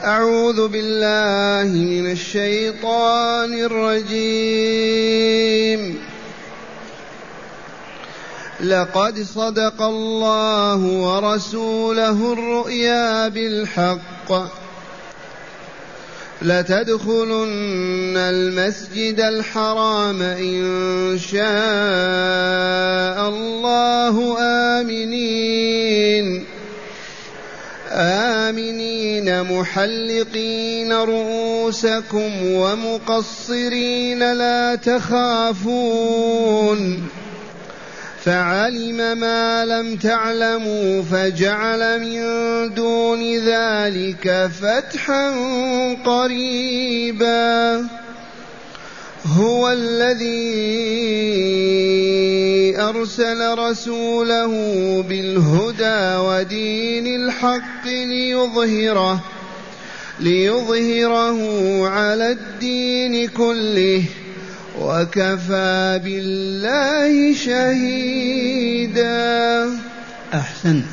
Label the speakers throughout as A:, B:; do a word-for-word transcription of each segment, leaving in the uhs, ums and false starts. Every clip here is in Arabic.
A: أعوذ بالله من الشيطان الرجيم. لقد صدق الله ورسوله الرؤيا بالحق لتدخلن المسجد الحرام إن شاء الله آمنين آمنين محلقين رؤوسكم ومقصرين لا تخافون فعلم ما لم تعلموا فجعل من دون ذلك فتحا قريبا. هو الذي أرسل رسوله بالهدى ودين الحق ليظهره, ليظهره على الدين كله وكفى بالله شهيدا.
B: أحسنت.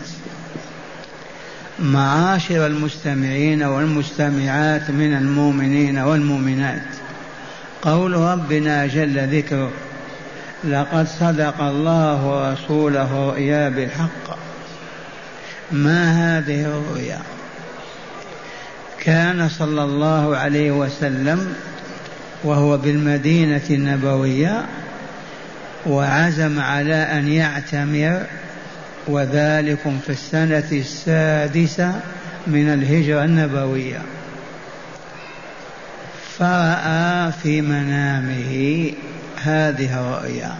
B: معاشر المستمعين والمستمعات من المؤمنين والمؤمنات، قول ربنا جل ذكره: لقد صدق الله ورسوله رؤيا بالحق. ما هذه الرؤيا؟ كان صلى الله عليه وسلم وهو بالمدينة النبوية وعزم على أن يعتمر، وذلكم في السنة السادسة من الهجرة النبوية. فرأى في منامه هذه الرؤيا،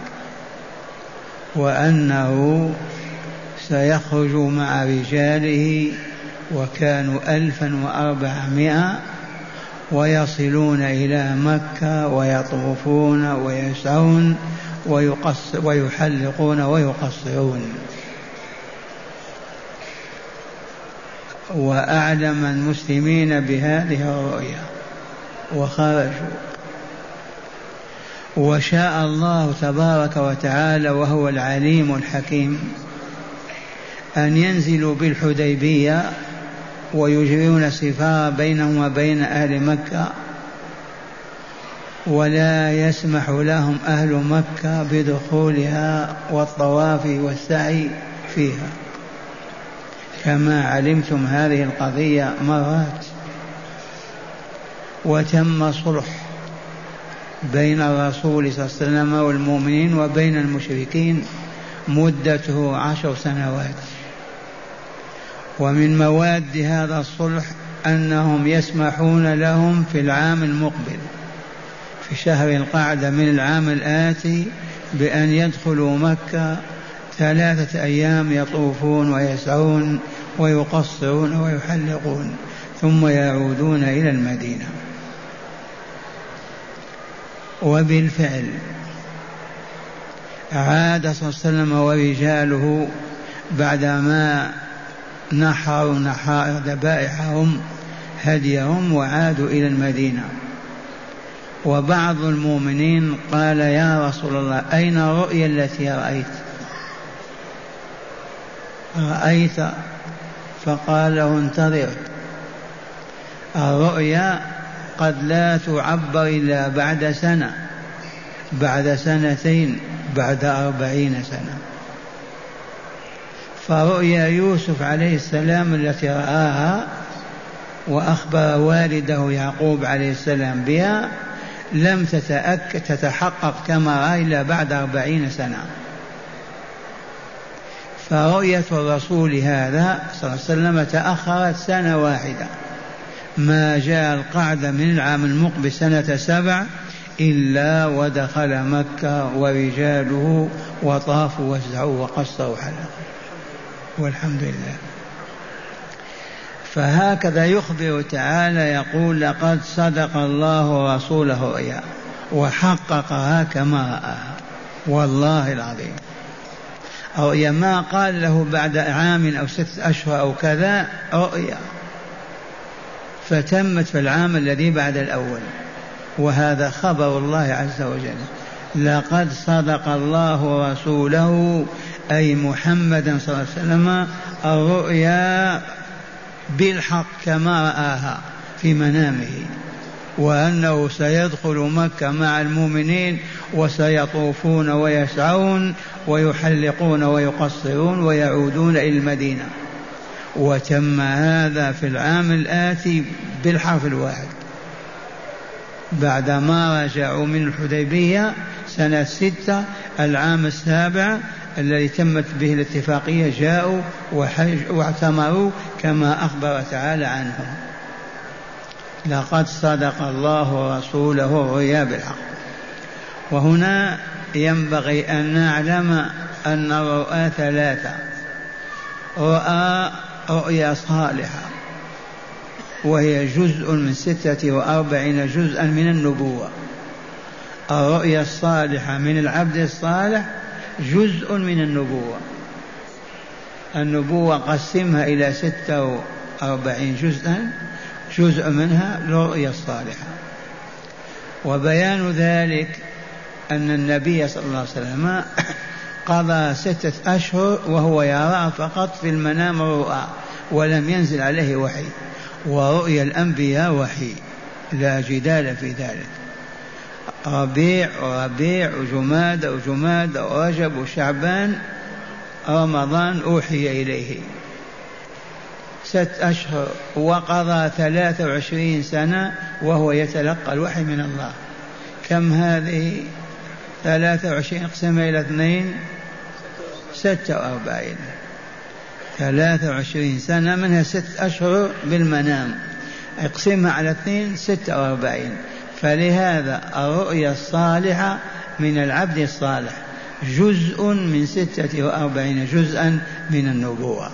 B: وأنه سيخرج مع رجاله، وكانوا ألفا وأربعمائة، ويصلون إلى مكة ويطوفون ويسعون ويحلقون ويقصرون. وأعلم المسلمين بهذه الرؤيا وخرجوا، وشاء الله تبارك وتعالى وهو العليم الحكيم أن ينزلوا بالحديبية ويجرون سفارا بينهم وبين أهل مكة، ولا يسمح لهم أهل مكة بدخولها والطواف والسعي فيها، كما علمتم هذه القضية مرات. وتم صلح بين الرسول صلى الله عليه وسلم والمؤمنين وبين المشركين مدته عشر سنوات. ومن مواد هذا الصلح أنهم يسمحون لهم في العام المقبل في شهر القعدة من العام الآتي بأن يدخلوا مكة ثلاثة أيام يطوفون ويسعون ويقصرون ويحلقون، ثم يعودون إلى المدينة. وبالفعل عاد صلى الله عليه وسلم ورجاله بعدما نحروا نحائر ذبائحهم هديهم وعادوا إلى المدينة. وبعض المؤمنين قال: يا رسول الله، أين الرؤيا التي رأيت رأيت فقال له: انتظر، الرؤيا قد لا تعبر إلا بعد سنة، بعد سنتين، بعد أربعين سنة. فرؤيا يوسف عليه السلام التي رآها وأخبر والده يعقوب عليه السلام بها لم تتأكد تتحقق كما رأى إلا بعد أربعين سنة. فرؤية الرسول هذا صلى الله عليه وسلم تأخرت سنة واحدة، ما جاء القعدة من العام المقبل سنة سبع إلا ودخل مكة ورجاله وطافوا وسعوا وقصروا حلقوا، والحمد لله. فهكذا يخبر تعالى يقول: لقد صدق الله ورسوله رؤيا وحققها كما رآها، والله العظيم. رؤيا ما قال له بعد عام أو ستة أشهر أو كذا، رؤيا فتمت في العام الذي بعد الأول. وهذا خبر الله عز وجل: لقد صدق الله ورسوله أي محمدا صلى الله عليه وسلم الرؤيا بالحق كما رآها، في منامه، وأنه سيدخل مكة مع المؤمنين وسيطوفون ويسعون ويحلقون ويقصرون ويعودون إلى المدينة. وتم هذا في العام الآتي بالحرف الواحد، بعدما رجعوا من الحديبية سنة ستة، العام السابع الذي تمت به الاتفاقية جاءوا واعتمروا كما أخبر تعالى عنهم. لقد صدق الله ورسوله الرؤيا بالحق. وهنا ينبغي أن نعلم أن الرؤى ثلاثة: رؤى رؤيا صالحة وهي جزء من ستة وأربعين جزءا من النبوة. الرؤيا الصالحة من العبد الصالح جزء من النبوة. النبوة قسمها إلى ستة وأربعين جزءا، جزء منها الرؤيا الصالحة. وبيان ذلك أن النبي صلى الله عليه وسلم قضى ستة أشهر وهو يرى فقط في المنام الرؤى ولم ينزل عليه وحي، ورؤيا الأنبياء وحي لا جدال في ذلك. ربيع وربيع وجماد وجماد ورجب وشعبان رمضان أوحي إليه ست أشهر، وقضى ثلاث وعشرين سنة وهو يتلقى الوحي من الله. كم هذه؟ ثلاثة وعشرين اقسمها إلى اثنين، ستة وأربعين. ثلاثة وعشرين سنة منها ست أشهر بالمنام، اقسمها على اثنين، ستة وأربعين. فلهذا الرؤيا الصالحة من العبد الصالح جزء من ستة وأربعين جزءا من النبوة.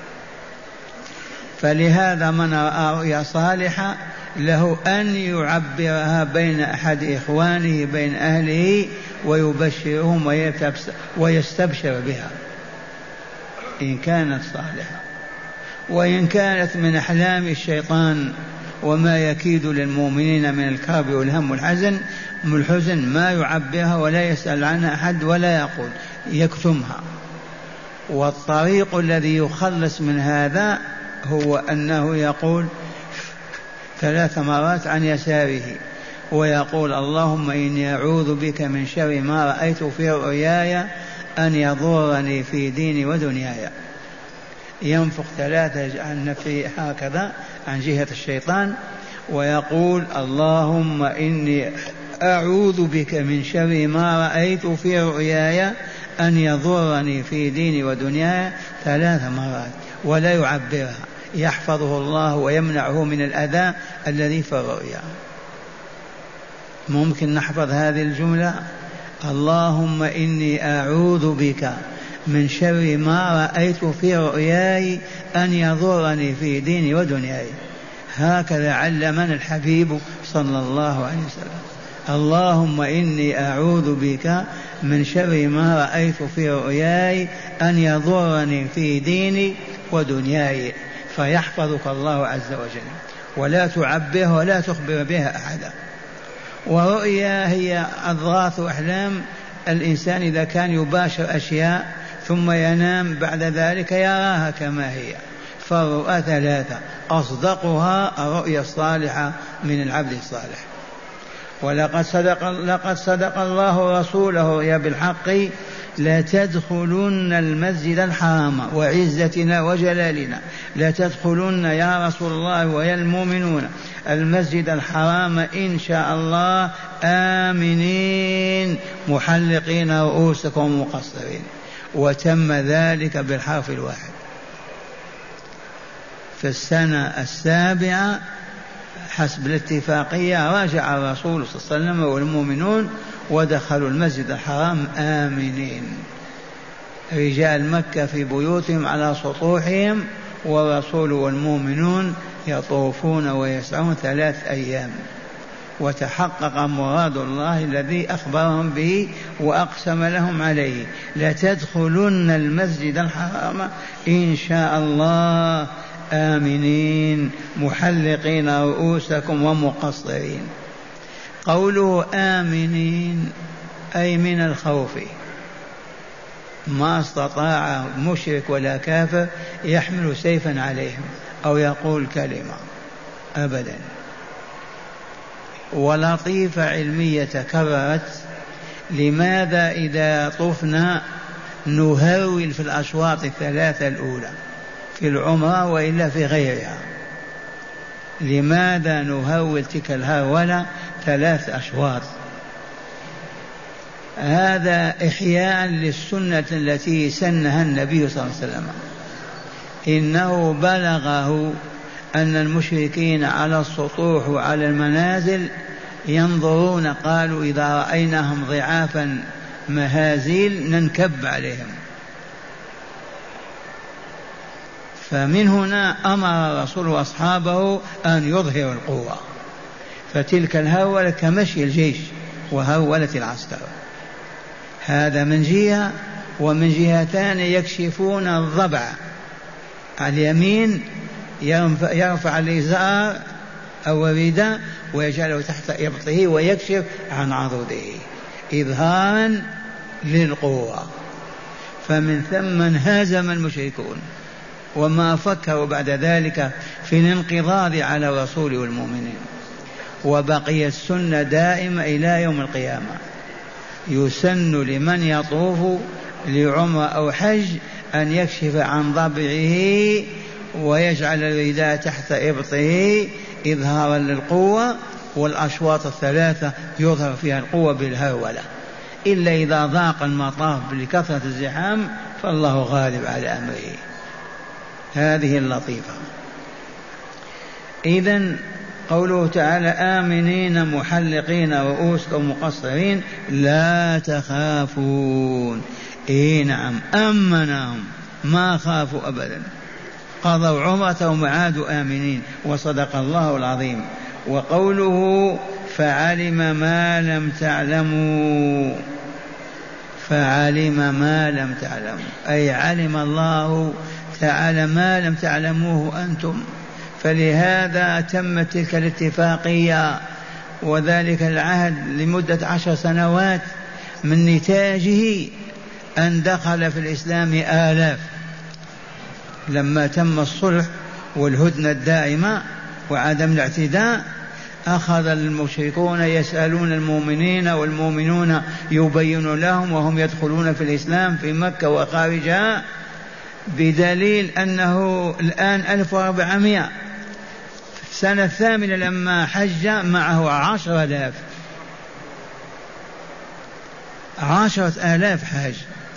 B: فلهذا من رأى رؤيا صالحة له أن يعبرها بين أحد إخوانه بين أهله ويبشرهم ويستبشر بها إن كانت صالحة. وإن كانت من أحلام الشيطان وما يكيد للمؤمنين من الكرب والهم والحزن من الحزن ما يعبرها ولا يسأل عنها أحد ولا يقول، يكتمها. والطريق الذي يخلص من هذا هو أنه يقول ثلاث مرات عن يساره ويقول: اللهم إني أعوذ بك من شر ما رأيت في رؤياي أن يضرني في ديني ودنياي. ينفخ ثلاثة عن نفسه هكذا عن جهة الشيطان ويقول: اللهم إني أعوذ بك من شر ما رأيت في رؤياي أن يضرني في ديني ودنياي ثلاث مرات، ولا يعبرها، يحفظه الله ويمنعه من الأذى الذي في الرؤيا. ممكن نحفظ هذه الجملة: اللهم إني أعوذ بك من شر ما رأيت في رؤياي أن يضرني في ديني ودنياي. هكذا علمنا الحبيب صلى الله عليه وسلم: اللهم إني أعوذ بك من شر ما رأيت في رؤياي أن يضرني في ديني ودنياي. فيحفظك الله عز وجل ولا تعبه ولا تخبر بها أحدا. ورؤيا هي أضغاث أحلام الإنسان إذا كان يباشر أشياء ثم ينام بعد ذلك يراها كما هي. فالرؤى ثلاثة، أصدقها الرؤيا الصالحة من العبد الصالح. ولقد صدق, لقد صدق الله رسوله رؤيا بالحق لتدخلن المسجد الحرام وعزتنا وجلالنا، لتدخلن يا رسول الله ويا المؤمنون المسجد الحرام إن شاء الله آمنين محلقين رؤوسكم مقصرين. وتم ذلك بالحرف الواحد في السنة السابعة حسب الاتفاقية. راجع الرسول صلى الله عليه وسلم والمؤمنون ودخلوا المسجد الحرام آمنين، رجال مكة في بيوتهم على سطوحهم، والرسول والمؤمنون يطوفون ويسعون ثلاث أيام. وتحقق مراد الله الذي أخبرهم به وأقسم لهم عليه: لتدخلن المسجد الحرام إن شاء الله آمنين محلقين رؤوسكم ومقصرين. قوله آمنين أي من الخوف، ما استطاع مشرك ولا كافر يحمل سيفا عليهم أو يقول كلمة. أبدا. ولطيفة علمية تكررت: لماذا إذا طفنا نهرول في الأشواط الثلاثة الأولى في العمرة وإلا في غيرها؟ لماذا نهرول تلك الهرولة ثلاث أشواط؟ هذا إحياء للسنة التي سنها النبي صلى الله عليه وسلم. إنه بلغه أن المشركين على السطوح وعلى المنازل ينظرون، قالوا إذا رأيناهم ضعافا مهازيل ننكب عليهم. فمن هنا أمر الرسول وأصحابه أن يظهروا القوة، فتلك الهرولة كمشي الجيش وهرولة العسكر. هذا من جهة، ومن جهة ثانية يكشفون الضبع على اليمين، يرفع الإزار أو الرداء ويجعله تحت إبطه ويكشف عن عضده إظهارا للقوة. فمن ثم انهزم المشركون وما فكروا بعد ذلك في الانقضاض على الرسول والمؤمنين. وبقي السنة دائمة إلى يوم القيامة، يسن لمن يطوف لعمر أو حج أن يكشف عن ضبعه ويجعل الرداء تحت إبطه إظهارا للقوة، والأشواط الثلاثة يظهر فيها القوة بالهرولة، إلا إذا ضاق المطاف لكثرة الزحام فالله غالب على أمره. هذه اللطيفة. إذن قوله تعالى: آمنين محلقين رؤوسكم مقصرين لا تخافون. إيه نعم، أمنهم ما خافوا أبدا، قضوا عمرتهم وعادوا آمنين، وصدق الله العظيم. وقوله: فعلم ما لم تعلموا، فعلم ما لم تعلموا أي علم الله تعالى ما لم تعلموه أنتم، فلهذا تمت تلك الاتفاقية وذلك العهد لمدة عشر سنوات، من نتاجه أن دخل في الإسلام آلاف. لما تم الصلح والهدنة الدائمة وعدم الاعتداء، أخذ المشركون يسألون المؤمنين والمؤمنون يبين لهم وهم يدخلون في الإسلام في مكة وخارجها، بدليل أنه الآن ألف وأربعمائة. السنة الثامنة لما حج معه عشر آلاف، عشرة آلاف حاج.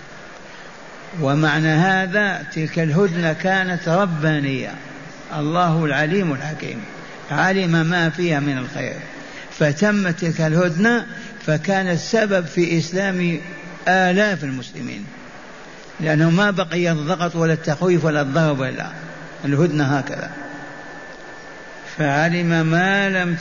B: ومعنى هذا تلك الهدنة كانت ربانية، الله العليم الحكيم علم ما فيها من الخير، فتمت تلك الهدنة، فكان السبب في إسلام آلاف المسلمين، لأنه ما بقي الضغط ولا التخويف ولا الضرب ولا الهدنة هكذا. فعلم ما لم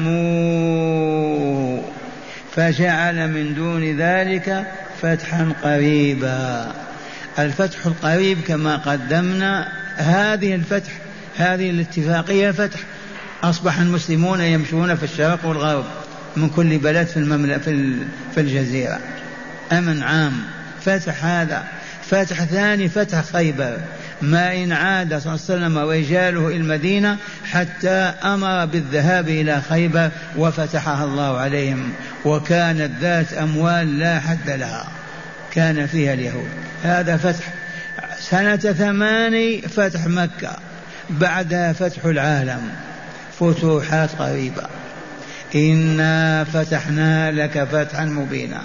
B: تعلموا فجعل من دون ذلك فتحا قريبا. الفتح القريب كما قدمنا، هذه الفتح هذه الاتفاقية فتح، أصبح المسلمون يمشون في الشرق والغرب من كل بلد في المملكة في الجزيرة، أمن عام. فتح هذا. فتح ثاني فتح خيبر، ما إن عاد صلى الله عليه وسلم ورجاله إلى المدينة حتى أمر بالذهاب إلى خيبر وفتحها الله عليهم، وكانت ذات أموال لا حد لها كان فيها اليهود. هذا فتح. سنة ثماني فتح مكة، بعدها فتح العالم، فتوحات قريبة. إنا فتحنا لك فتحا مبينا.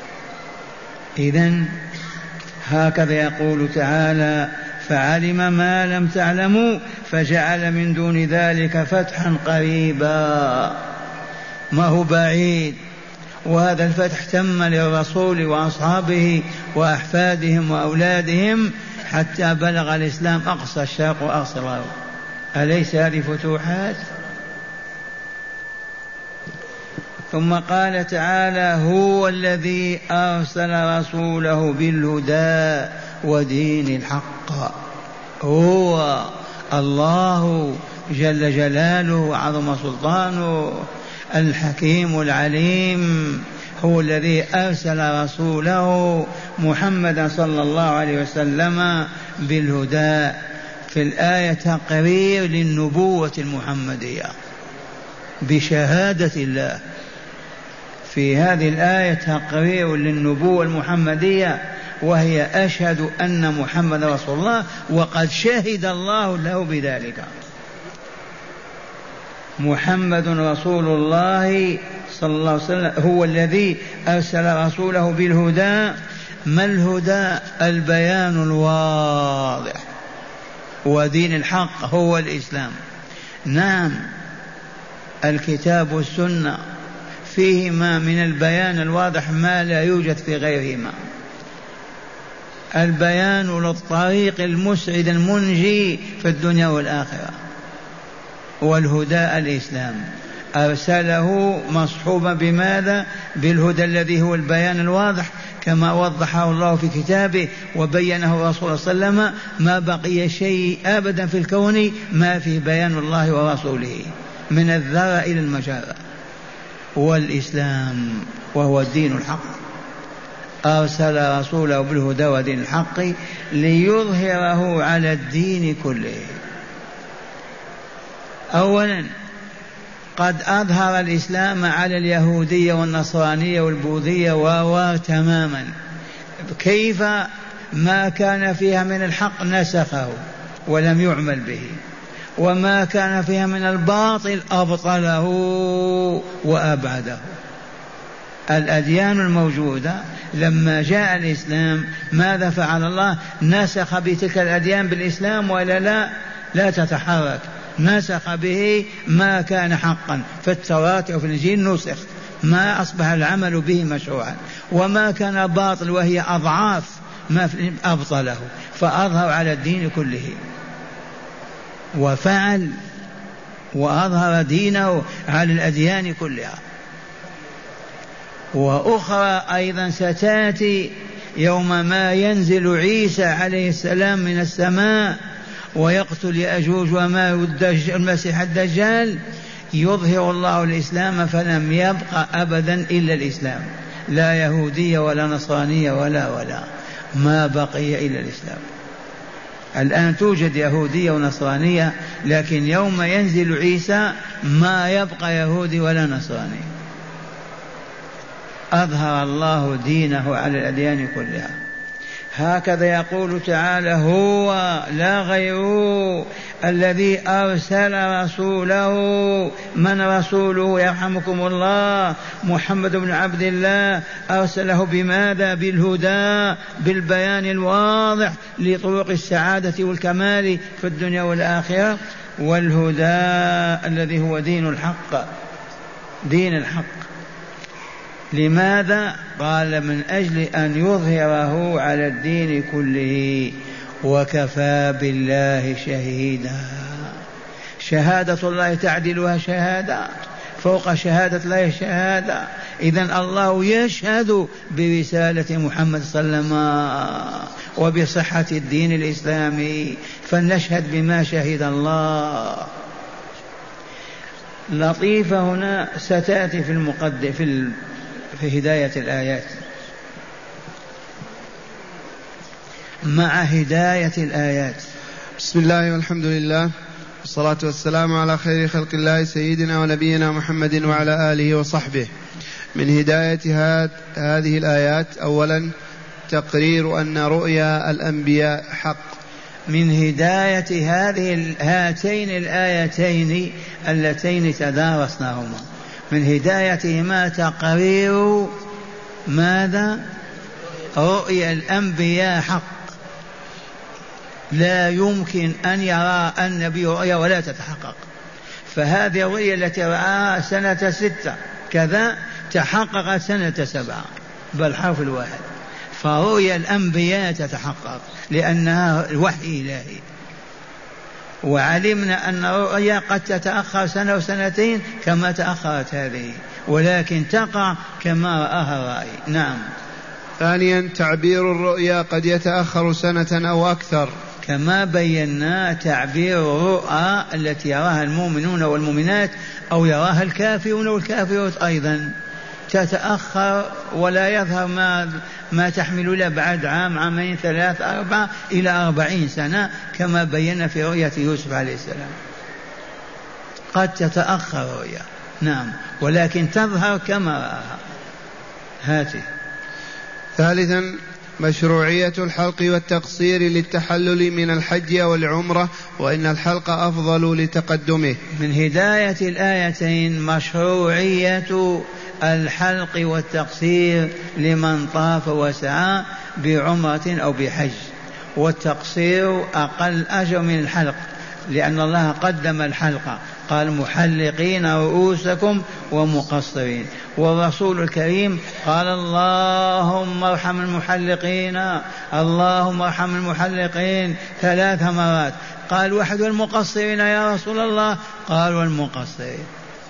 B: إذن هكذا يقول تعالى: فعلم ما لم تعلموا فجعل من دون ذلك فتحا قريبا، ما هو بعيد. وهذا الفتح تم للرسول وأصحابه وأحفادهم وأولادهم حتى بلغ الإسلام أقصى الشرق وأقصى الغرب. أليس هذه فتوحات؟ ثم قال تعالى: هو الذي أرسل رسوله بالهدى ودين الحق. هو الله جل جلاله وعظم سلطانه الحكيم العليم، هو الذي أرسل رسوله محمدا صلى الله عليه وسلم بالهدى. في الآية تقرير للنبوة المحمدية بشهادة الله. في هذه الآية تقرير للنبوة المحمدية، وهي أشهد أن محمد رسول الله، وقد شهد الله له بذلك. محمد رسول الله صلى الله عليه وسلم هو الذي أرسل رسوله بالهدى. ما الهدى؟ البيان الواضح، ودين الحق هو الإسلام. نعم، الكتاب والسنة فيهما من البيان الواضح ما لا يوجد في غيرهما. البيان للطريق المسعد المنجي في الدنيا والآخرة، والهدى الإسلام. أرسله مصحوبا بماذا؟ بالهدى الذي هو البيان الواضح، كما وضحه الله في كتابه وبينه الرسول صلى الله عليه وسلم. ما بقي شيء أبدا في الكون ما فيه بيان الله ورسوله، من الذرة إلى المجرة. والإسلام وهو الدين الحق، أرسل رسوله بالهدى ودين الحق ليظهره على الدين كله. أولا قد أظهر الإسلام على اليهودية والنصرانية والبوذية و تماما. كيف؟ ما كان فيها من الحق نسخه ولم يعمل به، وما كان فيها من الباطل أبطله وأبعده. الأديان الموجودة لما جاء الإسلام ماذا فعل الله؟ نسخ بتلك الأديان بالإسلام، ولا لا؟ لا تتحرك. نسخ به ما كان حقا في التوراة وفي الإنجيل نسخ، ما أصبح العمل به مشروعا. وما كان باطل وهي أضعاف ما أبطله، فأظهر على الدين كله وفعل وأظهر دينه على الأديان كلها. وأخرى أيضا ستأتي يوم ما ينزل عيسى عليه السلام من السماء ويقتل يأجوج وماجوج المسيح الدجال، يظهر الله الإسلام فلم يبق أبدا إلا الإسلام، لا يهودية ولا نصرانية ولا ولا ما بقي إلا الإسلام. الآن توجد يهودية ونصرانية، لكن يوم ينزل عيسى ما يبقى يهودي ولا نصراني. أظهر الله دينه على الأديان كلها. هكذا يقول تعالى: هو لا غيره الذي أرسل رسوله. من رسوله؟ يرحمكم الله، محمد بن عبد الله. أرسله بماذا؟ بالهدى، بالبيان الواضح لطرق السعادة والكمال في الدنيا والآخرة. والهدى الذي هو دين الحق، دين الحق. لماذا؟ قال: من أجل أن يظهره على الدين كله، وكفى بالله شهيدا. شهادة الله تعدلها شهادة، فوق شهادة الله شهادة. إذن الله يشهد برسالة محمد صلى الله عليه وسلم وبصحة الدين الإسلامي، فلنشهد بما شهد الله. لطيفة هنا ستأتي في المقدمة في في هداية الآيات. مع هداية الآيات.
A: بسم الله والحمد لله والصلاة والسلام على خير خلق الله سيدنا ونبينا محمد وعلى آله وصحبه. من هداية هذه الآيات: أولا تقرير أن رؤيا الأنبياء حق.
B: من هداية هذه هاتين الآيتين اللتين تدارسناهما، من هدايتهما تقرير ماذا؟ رؤيا الأنبياء حق. لا يمكن أن يرى النبي رؤيا ولا تتحقق. فهذه الرؤيا التي رآها سنة ستة كذا تحققت سنة سبعة، بل حرف الواحد. فرؤيا الأنبياء تتحقق لأنها الوحي إلهي. وعلمنا أن الرؤيا قد تتأخر سنة وسنتين كما تأخرت هذه، ولكن تقع كما رآها الرأي. نعم.
A: ثانيا تعبير الرؤيا قد يتأخر سنة أو أكثر،
B: كما بينا تعبير الرؤى التي يراها المؤمنون والمؤمنات أو يراها الكافرون والكافرات أيضا تتأخر ولا يظهر ما, ما تحمل له بعد عام عامين ثلاث أربعة إلى أربعين سنة كما بينا في رؤية يوسف عليه السلام. قد تتأخر رؤيا نعم ولكن تظهر كما رآها. هاته.
A: ثالثا مشروعية الحلق والتقصير للتحلل من الحج والعمرة، وإن الحلق أفضل لتقدمه.
B: من هداية الآيتين مشروعية الحلق والتقصير لمن طاف وسعى بعمرة أو بحج، والتقصير أقل أجر من الحلق لأن الله قدم الحلق قال محلقين رؤوسكم ومقصرين، والرسول الكريم قال اللهم ارحم المحلقين اللهم ارحم المحلقين ثلاث مرات. قال واحد والمقصرين يا رسول الله؟ قال والمقصرين.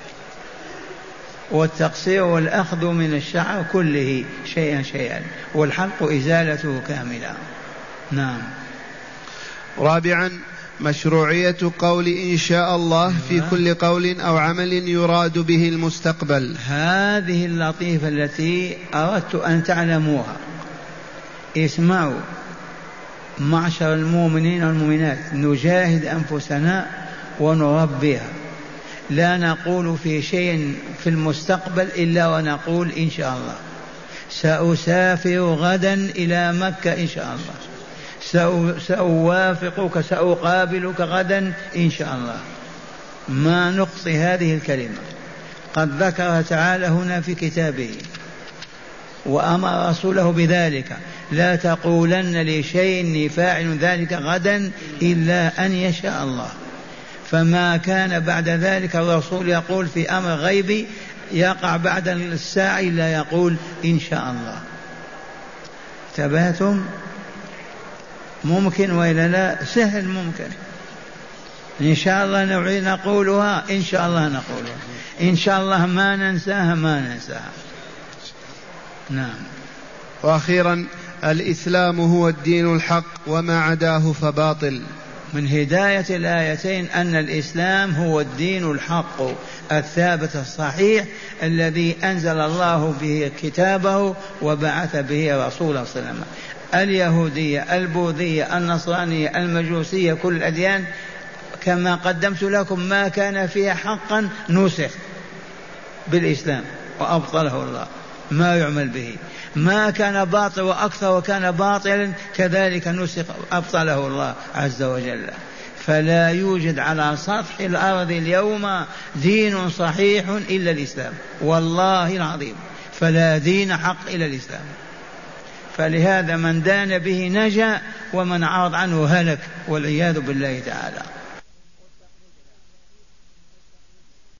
B: والتقصير والأخذ من الشعر كله شيئا شيئا، والحلق إزالته كاملة. نعم.
A: رابعا مشروعية قول إن شاء الله في كل قول أو عمل يراد به المستقبل.
B: هذه اللطيفة التي أردت أن تعلموها. اسمعوا معشر المؤمنين والمؤمنات، نجاهد أنفسنا ونربيها، لا نقول في شيء في المستقبل إلا ونقول إن شاء الله. سأسافر غدا إلى مكة إن شاء الله، سأوافقك سأقابلك غدا إن شاء الله. ما نقصي هذه الكلمة، قد ذكرها تعالى هنا في كتابه وأمر رسوله بذلك. لا تقولن لشيء فاعل ذلك غدا إلا أن يشاء الله. فما كان بعد ذلك الرسول يقول في أمر غيبي يقع بعد الساعة إلا يقول إن شاء الله. تباتم ممكن وإلا لا؟ سهل ممكن. إن شاء الله نعيد نقولها إن شاء الله نقولها، إن شاء الله ما ننساها ما ننساها. نعم.
A: وأخيرا الإسلام هو الدين الحق وما عداه فباطل.
B: من هداية الآيتين أن الإسلام هو الدين الحق الثابت الصحيح الذي أنزل الله به كتابه وبعث به رسوله صلى الله عليه وسلم. اليهودية البوذية النصرانية المجوسية كل الأديان كما قدمت لكم ما كان فيها حقا نسخ بالإسلام وأبطله الله ما يعمل به، ما كان باطل وأكثر وكان باطلا كذلك نسخ أبطله الله عز وجل. فلا يوجد على سطح الأرض اليوم دين صحيح إلا الإسلام والله العظيم، فلا دين حق إلا الإسلام. فلهذا من دان به نجا ومن عرض عنه هلك والعياذ بالله تعالى.